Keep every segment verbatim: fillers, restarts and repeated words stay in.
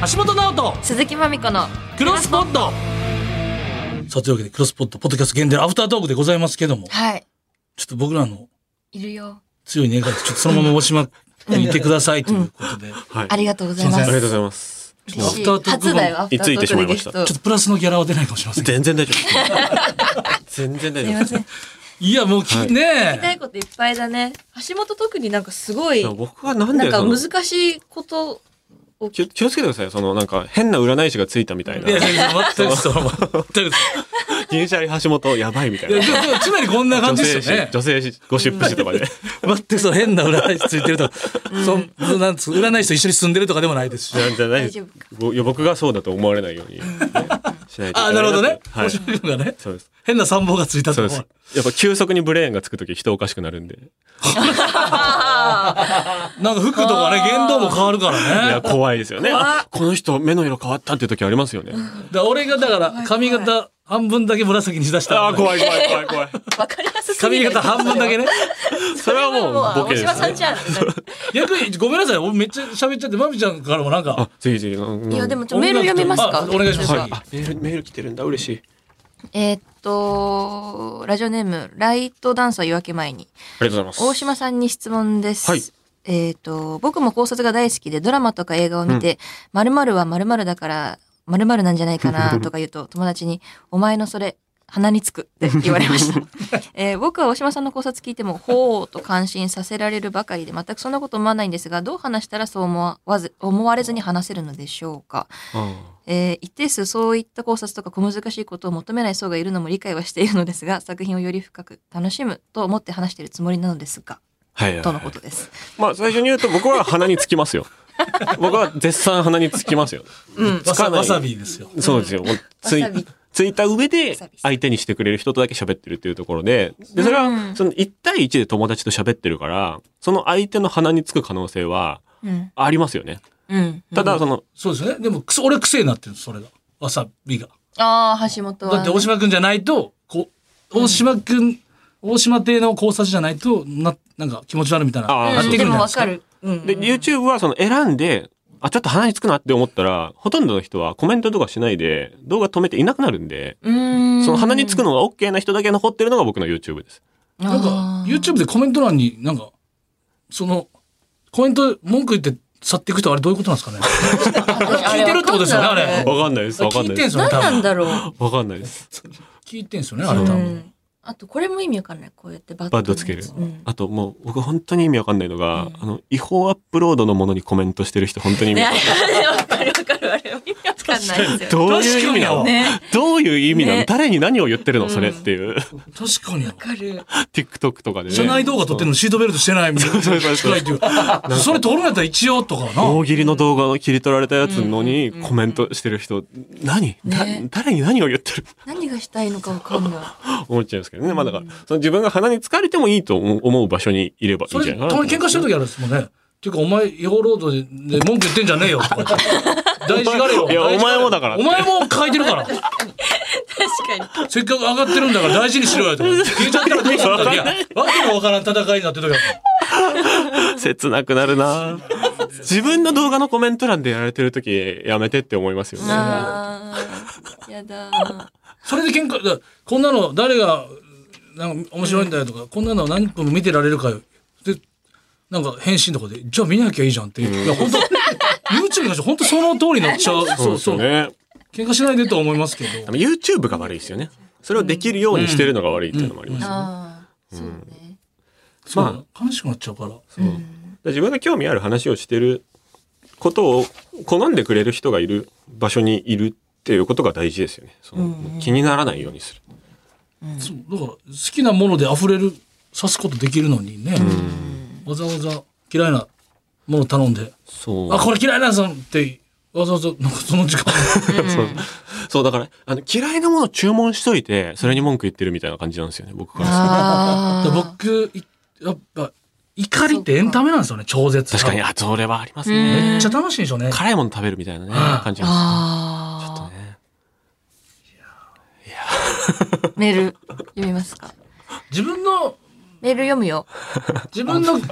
橋本直人鈴木まみこのクロスポット。さあというわけでクロスポットポッドキャスト限定アフタートークでございますけども、 はい、 ちょっと僕らのいるよ強い願いでちょっとそのまま大島にいてくださいということで、 はい、 ありがとうございます。 ありがとうございます。 アフタートーク初だよ。アフタートークでいついてしまいました。 ちょっとプラスのギャラは出ないかもしれません。 全然大丈夫。全然大丈夫。 すいません。 いやもうき、はい、ね聞きたいこといっぱいだね。橋本特になんかすごい僕はなんでなんか難しいことを気をつけてください。そのなんか変な占い師がついたみたいな。 いやいや全くそう全く銀シャリ橋本やばいみたいな。いや常にこんな感じですよね。 女性ゴシップ誌とかで。 全くそう変な占い師ついてるとか、うん、そなんつ占い師と一緒に住んでるとかでもないですし。 じゃないです。僕がそうだと思われないように、ね、しないと。 あ、なるほどね。 はい。 がね。 そうです。 変な参謀がついたとそうです。やっぱ急速にブレーンがつくとき人おかしくなるんで。 なんか服とかね言動も変わるからね。 いや怖いですよね。この人目の色変わったっていう時ありますよね。 だ俺がだから髪型半分だけ紫にしだした。 あ怖い怖い怖い怖い。 わかりやすすぎ髪型半分だけね。 それはもうボケですね。 逆にごめんなさい。俺めっちゃ喋っちゃってまみちゃんからもなんか。 あぜひぜひ。 いやでもちょメール読めますか。 お願いします。 はい、あメールメール来てるんだ嬉しい。 えー、っとラジオネームライトダンサー夜明け前に。 ありがとうございます。 大島さんに質問です。 はい。 えー、っと僕も考察が大好きでドラマとか映画を見て、〇〇は〇〇だから〇〇なんじゃないかなとか言うと友達にお前のそれ鼻につくって言われました、えー、僕は大島さんの考察聞いてもほうと感心させられるばかりで全くそんなこと思わないんですが、どう話したらそう思わず思われずに話せるのでしょうか。えー、一定数そういった考察とか小難しいことを求めない層がいるのも理解はしているのですが、作品をより深く楽しむと思って話しているつもりなのですが、はいはいはい、とのことです。 まあ最初に言うと僕は鼻につきますよ。僕は絶賛鼻につきますよ。 うん、つかないわさびですよ。 そうですよ。うん、ついついた上で相手にしてくれる人とだけ喋ってるっていうところで、でそれはそのいち対いちで友達と喋ってるから、その相手の鼻につく可能性はありますよね。うん、ただその、 そうですね。でも俺癖になってるそれがわさびが。 ああ橋本は、ね。だって大島くんじゃないとこ大島くん、うん、大島邸の考察じゃないとななんか気持ち悪いみたいななってくるんじゃないですか。 でもわかる。うんうん、 で YouTube はその選んで。あ、ちょっと鼻につくなって思ったら、ほとんどの人はコメントとかしないで、動画止めていなくなるんで、うーんその鼻につくのが OK な人だけ残ってるのが僕の YouTube です。 なんか、YouTube でコメント欄になんか、その、コメント文句言って去っていく人はあれどういうことなんですかね。聞いてるってことですよね、あれ。 わかんないです。わかんないです。 何なんだろう。 わかんないです。 聞いてんすよね、あれ多分。 あとこれも意味わかんない。こうやってバッド、 バッドつける、うん、あともう僕本当に意味わかんないのが、うん、あの違法アップロードのものにコメントしてる人本当に意味わかんない。 わかるわかる、あれ意味わかんないですよ。 どういう意味なの、ね、どういう意味なの、ね、誰に何を言ってるの、うん、それっていう。 確かに。 わかる。 TikTok とかでね。 社内動画撮ってるのシートベルトしてないみたいな。そうそうそうそう。それ撮るんやったら一応とかな。 大喜利の動画を切り取られたやつのにコメントしてる人、何、ね、誰に何を言ってる。 何がしたいのかわかんない。 思っちゃいますけどね。まあだから。その自分が鼻に疲れてもいいと思う場所にいればいいんじゃないかな。 たまに喧嘩してる時あるんですもんね。っていうかお前違法労働で文句言ってんじゃねえよとか。大事がれよ。 いやお前もだから。 お前も書いてるから。 確かに。 せっかく上がってるんだから大事にしろよとか。消えちゃったらどうするんだ。いやわけのわからん戦いになってる時は。 切なくなるな。自分の動画のコメント欄でやられてる時やめてって思いますよね。 ああ。やだ。 それで喧嘩こんなの誰がなんか面白いんだよとか、うん、こんなの何分も見てられるかよでなんか返信とかでじゃあ見なきゃいいじゃんって、うん、いや本当 YouTube が本当その通りになっちゃう。 そうそうね。 喧嘩しないでと思いますけど YouTube が悪いですよね。それをできるようにしてるのが悪いっていうのもありますよね。 ああそうね。 まあ悲しくなっちゃうから、そう、うん、 自分が興味ある話をしてることを好んでくれる人がいる場所にいるっていうことが大事ですよね。その、うん、気にならないようにする。 うん、そうだから好きなもので溢れるさすことできるのにね、うん、わざわざ嫌いなもの頼んでそうあこれ嫌いなんさんってわざわざなんかその時間そうそうだからあの嫌いなもの注文しといてそれに文句言ってるみたいな感じなんですよね僕からすると。 僕やっぱ怒りってエンタメなんですよね。超絶確かにあそれはありますね。 めっちゃ楽しいでしょうね。 辛いもの食べるみたいなね感じなんですよ。ちょっとねいやメール読みますか。 自分のメール読むよ。 自分の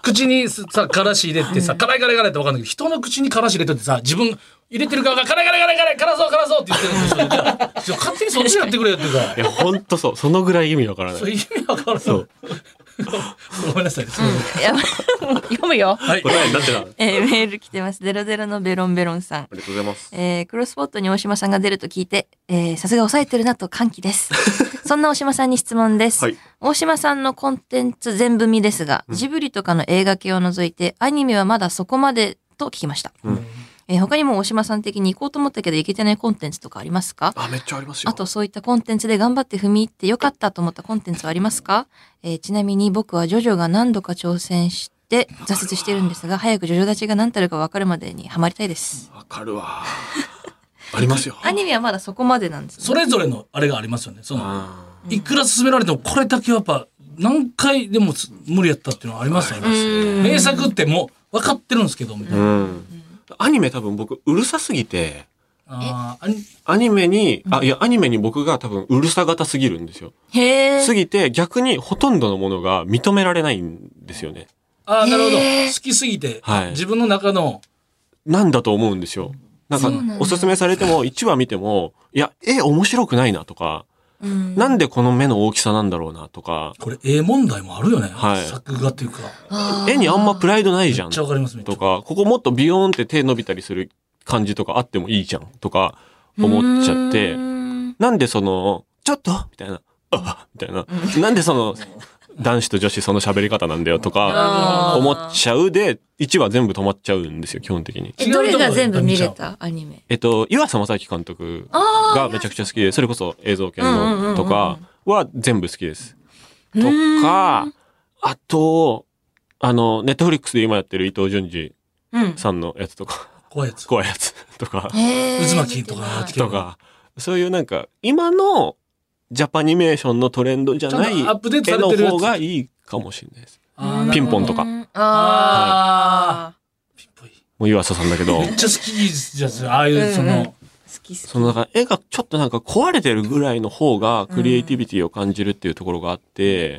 口にさ、からし入れてさ、辛い辛い辛いって分かんないけど、人の口にからし入れとってさ、自分入れてる側が辛い辛い辛い辛い辛そう辛そうって言ってるんですよ。勝手にそっちやってくれよっていうか。 いや、ほんとそう。そのぐらい意味わからない。 そう、意味わからない。そう。ごめんなさい。 いや読むよ。 はい。 これ、なんてな。 えー、メール来てます。ゼロゼロのベロンベロンさん。 ありがとうございます。 えー、クロスポットに大島さんが出ると聞いて、えー、さすが抑えてるなと歓喜です。そんな大島さんに質問です。 はい、 大島さんのコンテンツ全部見ですが、ジブリとかの映画系を除いて、アニメはまだそこまでと聞きました。うん、えー、他にも大島さん的に行こうと思ったけど行けてないコンテンツとかありますか？ あ、めっちゃありますよ。 あとそういったコンテンツで頑張って踏み入ってよかったと思ったコンテンツはありますか？えー、ちなみに僕はジョジョが何度か挑戦して挫折してるんですが、早くジョジョ立ちが何たるか分かるまでにハマりたいです。 わかるわ。ありますよ。 アニメはまだそこまでなんですね。 それぞれのあれがありますよね。そのいくら勧められてもこれだけはやっぱ何回でも無理やったっていうのはありますよね。名作ってもう分かってるんですけどみたいな。うん、 アニメ多分僕うるさすぎて、 あアニメに、あ、いや、アニメに僕が多分うるさ型すぎるんですよ。 へー。 すぎて逆にほとんどのものが認められないんですよね。 ああ、なるほど。好きすぎて、はい、自分の中の。 なんだと思うんですよ。なんか、おすすめされてもいちわ見ても、いや、絵面白くないなとか、うん、なんでこの目の大きさなんだろうなとか。 これ絵問題もあるよね。はい。作画っていうか。 絵にあんまプライドないじゃん。 めっちゃわかりますね。 とか、ここもっとビヨーンって手伸びたりする感じとかあってもいいじゃんとか思っちゃって、なんでその、ちょっとみたいな、あみたいな。なんでその、男子と女子その喋り方なんだよとか思っちゃうで、いちわ全部止まっちゃうんですよ、基本的に。 え、どれが全部見れたアニメ？ えっと、湯浅正樹監督がめちゃくちゃ好きで、それこそ映像系のとかは全部好きです。とか、あと、あの、ネットフリックスで今やってる伊藤潤二さんのやつとか、 怖いやつ。 怖いやつとか、 渦巻きとか、 とか、そういうなんか、今のジャパニメーションのトレンドじゃない絵の方がいいかもしれないです。ピンポンとか。 ああ。ピンポン。 もう湯浅さんだけど。 めっちゃ好きじゃん。ああいう、その、好きその、なんか絵がちょっとなんか壊れてるぐらいの方がクリエイティビティを感じるっていうところがあって、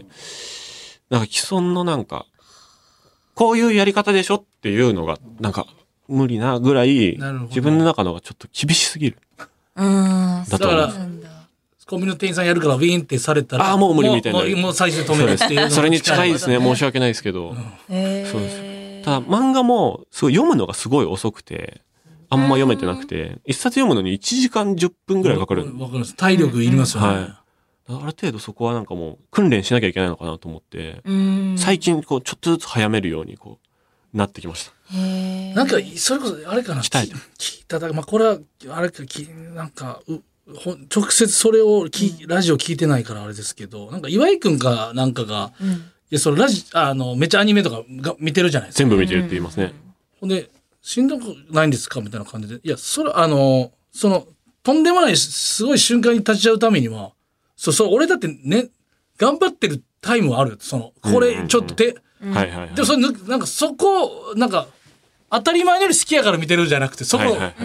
なんか既存のなんか、こういうやり方でしょっていうのが、なんか無理なぐらい、自分の中のがちょっと厳しすぎる。 うん。 だと思う。 コンビニの店員さんやるからウィーンってされたら、 ああ、もう無理みたいな。 もう、もう最初止めるっていう。 それに近いですね。申し訳ないですけど。うん、そうです。ただ漫画もすごい読むのがすごい遅くて、あんま読めてなくて、一冊読むのにいちじかんじゅっぷんぐらいかかる。 わかります。体力いりますよね。はい。 ある程度そこはなんかもう訓練しなきゃいけないのかなと思って、最近こうちょっとずつ早めるようにこうなってきました。 なんかそれこそあれかな。 鍛えて。 聞いただまあこれはあれかきなんかう直接それをき、うん、ラジオ聞いてないからあれですけど、なんか岩井くんかなんかが、うん、いやそのラジあのめっちゃアニメとかが見てるじゃないですか。 全部見てるって言いますね。 ほんでしんどくないんですかみたいな感じで、いやそれあのそのとんでもないすごい瞬間に立ち会うためには、そうそう俺だってね頑張ってるタイムはあるよ。そのこれちょっとで、 はいはいはい。 でもそれなんかそこなんか当たり前より好きやから見てるんじゃなくて、そこ、はいはいはい、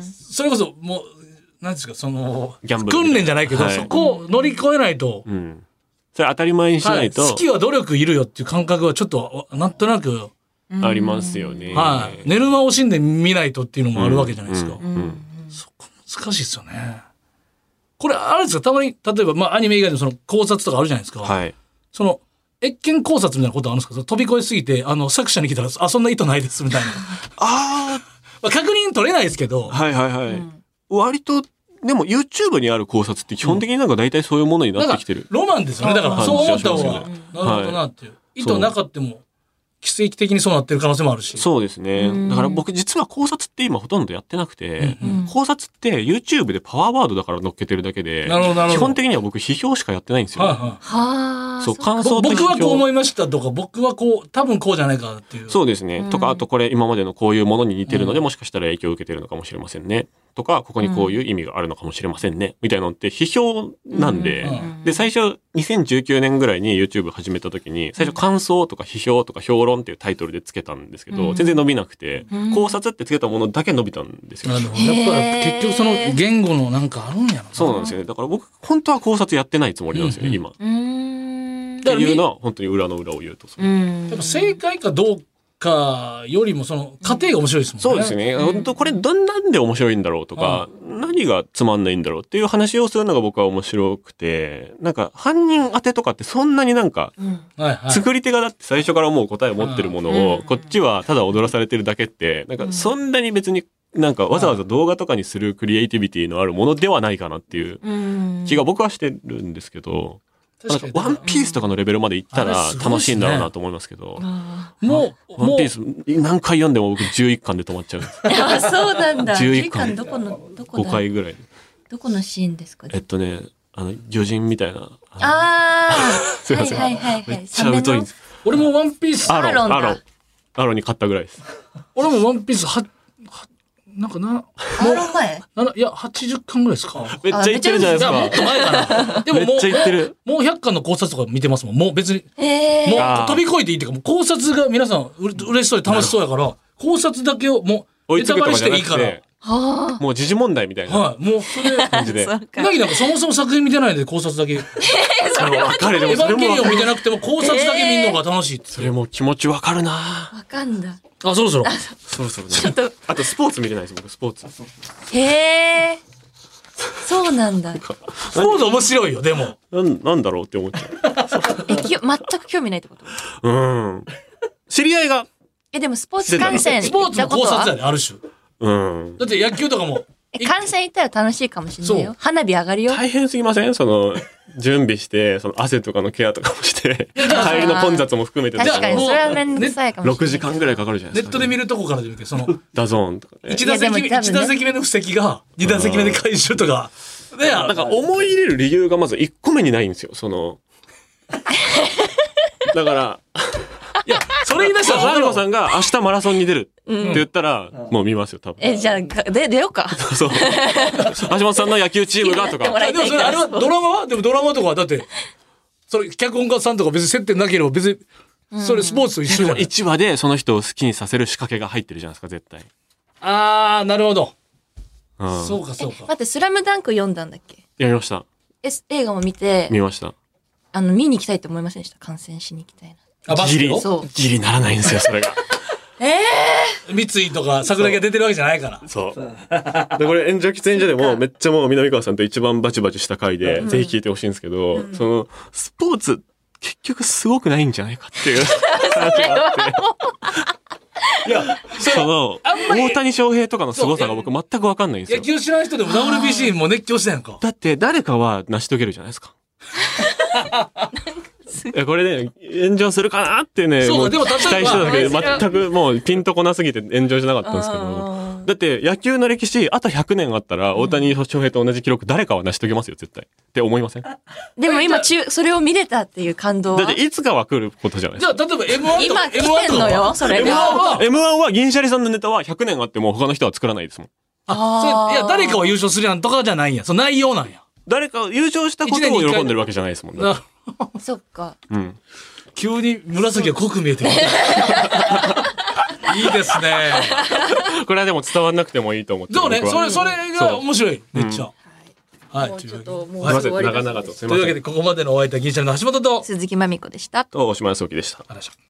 それこそもう。なんですかその訓練じゃないけど、はい、そこを乗り越えないと、うん、 それ当たり前にしないと、 はい、好きは努力いるよっていう感覚はちょっとなんとなくありますよね。 はい、寝る間を惜しんで見ないとっていうのもあるわけじゃないですか。うんうんうん、そこ難しいですよね。これあれですか、たまに例えばまあアニメ以外でもその考察とかあるじゃないですか。 はい、 その越見考察みたいなことあるんですか。その飛び越えすぎてあの作者に来たらあそんな意図ないですみたいな。 あまあ確認取れないですけど。 はいはいはい。うん割と、でも YouTube にある考察って基本的になんか大体そういうものになってきてる。 ロマンですよね。だからそう思った方が、なるほどなっていう。意図なかったも、奇跡的にそうなってる可能性もあるし。 そうですね。だから僕実は考察って今ほとんどやってなくて、うんうん、考察って YouTube でパワーワードだから乗っけてるだけで、なるほどなるほど基本的には僕批評しかやってないんですよ。はあ、 そう、感想と批評。 僕はこう思いましたとか、僕はこう、多分こうじゃないかっていう。 そうですね。うん、とか、あとこれ今までのこういうものに似てるので、うん、もしかしたら影響を受けてるのかもしれませんね。とか、ここにこういう意味があるのかもしれませんね。うん、みたいなのって批評なんで、うん、で、最初にせんじゅうきゅうねんぐらいに YouTube 始めた時に、最初感想とか批評とか評論っていうタイトルでつけたんですけど、うん、全然伸びなくて、うん、考察ってつけたものだけ伸びたんですよ。 なるほど。やっぱ結局その言語のなんかあるんやろな。 そうなんですよね。だから僕、本当は考察やってないつもりなんですよね、うん、今。 うんっていうのは本当に裏の裏を言うとそう。 うんやっぱ正解かどうかよりもその過程が面白いですもんね。 そうですね。本当これどんなんで面白いんだろうとか、何がつまんないんだろうっていう話をするのが僕は面白くて、なんか犯人当てとかってそんなになんか、 はいはい、 作り手がだって最初からもう答えを持ってるものをこっちはただ踊らされてるだけって、なんかそんなに別になんかわざわざ動画とかにするクリエイティビティのあるものではないかなっていう気が僕はしてるんですけど、なんかワンピースとかのレベルまで行ったら楽しいんだろうなと思いますけど、 もう、 ワンピース何回読んでも僕じゅういっかんで止まっちゃうんです。 あ、そうなんだ。 じゅういっじゅういっかんどこの、どこだごかいぐらい。 どこのシーンですか？ えっとね、あの、魚人みたいな。ああすいあ、 ませんはいはいはいはい。 めっちゃ疎いんです。 俺もワンピース、 アロン、 アロンだアロン。アロンに買ったぐらいです。 俺もワンピースは、は、なんかな、 アーロン前なないや、はちじゅっかんぐらいですか。 めっちゃ言ってるじゃないいや、もっですか。 と前かな。でももめっちゃ言ってる。 う、もうひゃっかんの考察とか見てますもん。もう別に、 えー、 もうあー飛び越えていいっていうか、もう考察が皆さんうれ嬉しそうで楽しそうやから、考察だけをもう、 追いつくとネタバレかじゃないくしていから。 て、 はもう時事問題みたいなはい。もうそれ、 感じで。 そうかなぎなんかそもそも作品見てないんで考察だけ。エわかる。でもヴそれもァンゲリオン見てなくても考察だけ見るのが楽しいって。 それも気持ちわかるなあ、わかんだ。 あ、そろそろ。 そろそろね。 ちょっと、 あとスポーツ見てないです、僕、スポーツ。 へえ、そうなんだ。 スポーツ面白いよ、でも。 なん、なんだろうって思っちゃえ、きよ全く興味ないってこと？ う。うん。知り合いが、 え、でもスポーツ観戦スポ行ーツのったことは？ 考察やで、ある種。 うん。 だって野球とかも。 え、観戦行ったら楽しいかもしれないそうよ。花火上がるよ。 大変すぎませんその、準備して、その汗とかのケアとかもして、帰りの混雑も含めて、 確かに、 もうそれはめんどくさいかもしれない。 ろくじかんぐらいかかるじゃないですか。 ネットで見るとこからで見るけど、その、 ダゾーンとかね。 一打席目、 いやでも多分ね一打席目の布石が、二打席目で回収とか。ねなんか思い入れる理由がまずいっこめにないんですよ、その。だから、 いや、それ言い出したらマリ分かるわ。 コさんが明日マラソンに出るって言ったら、もう見ますよ、多分。 え、じゃあ、がで、出ようか。 そう。橋本さんの野球チームがとか。 やってもらいでもそれ、あれはドラマはでもドラマとかはだって、それ、脚本家さんとか別に接点なければ別に、それスポーツと一緒じゃない。 いちわでその人を好きにさせる仕掛けが入ってるじゃないですか、絶対。 あー、なるほど。 うん。 そうか、そうか。 待って、スラムダンク読んだんだっけ？ やりました。 え、映画も見て、 見ました。 あの、見に行きたいって思いませんでした？観戦しに行きたいな。 あ、バスケをそう。 ギリならないんですよ、それが。 三井とか桜木が出てるわけじゃないから。 そう。で、これ、炎上喫煙所でも、めっちゃもう南川さんと一番バチバチした回で、ぜひ聞いてほしいんですけど、その、スポーツ、結局すごくないんじゃないかっていう話があって。 いや、 その、 あんまり大谷翔平とかの凄さが僕全くわかんないんですよ野。球知らん人でも ダブリュービーシー も熱狂したやんか。 だって誰かは成し遂げるじゃないですか。いやこれね、炎上するかなってね、もう期そうかでも例えば待してたんだけど、 面白い全くもうピンとこなすぎて炎上じゃなかったんですけど。だって野球の歴史、あとひゃくねんあったら、大谷翔平と同じ記録誰かは成し遂げますよ、絶対。って思いません？だでも今、中、それを見れたっていう感動は。 っていつかは来ることじゃないですか。 じゃあ、例えば エムワン とか、 今来エムワン とかはてんのよ、それエムワンが。 は、 エムワン は銀シャリさんのネタはひゃくねんあっても他の人は作らないですもん。 あ、それいや、誰かは優勝するやんとかじゃないんや。その内容なんや。 誰か優勝したことを喜んでるわけじゃないですもんね。 なそっか。 うん。 急に紫が濃く見えてきた。いいですね。 これはでも伝わんなくてもいいと思って。 そうね、 僕はそれ、それが面白い。めっちゃ。はい。 もうちょっと、もうすいません、 終わりだ長々と。すいません。 というわけで、ここまでのお相手は銀シャリの橋本と、 鈴木まみこでした。 と、大島康之でした。 ありがとうございました。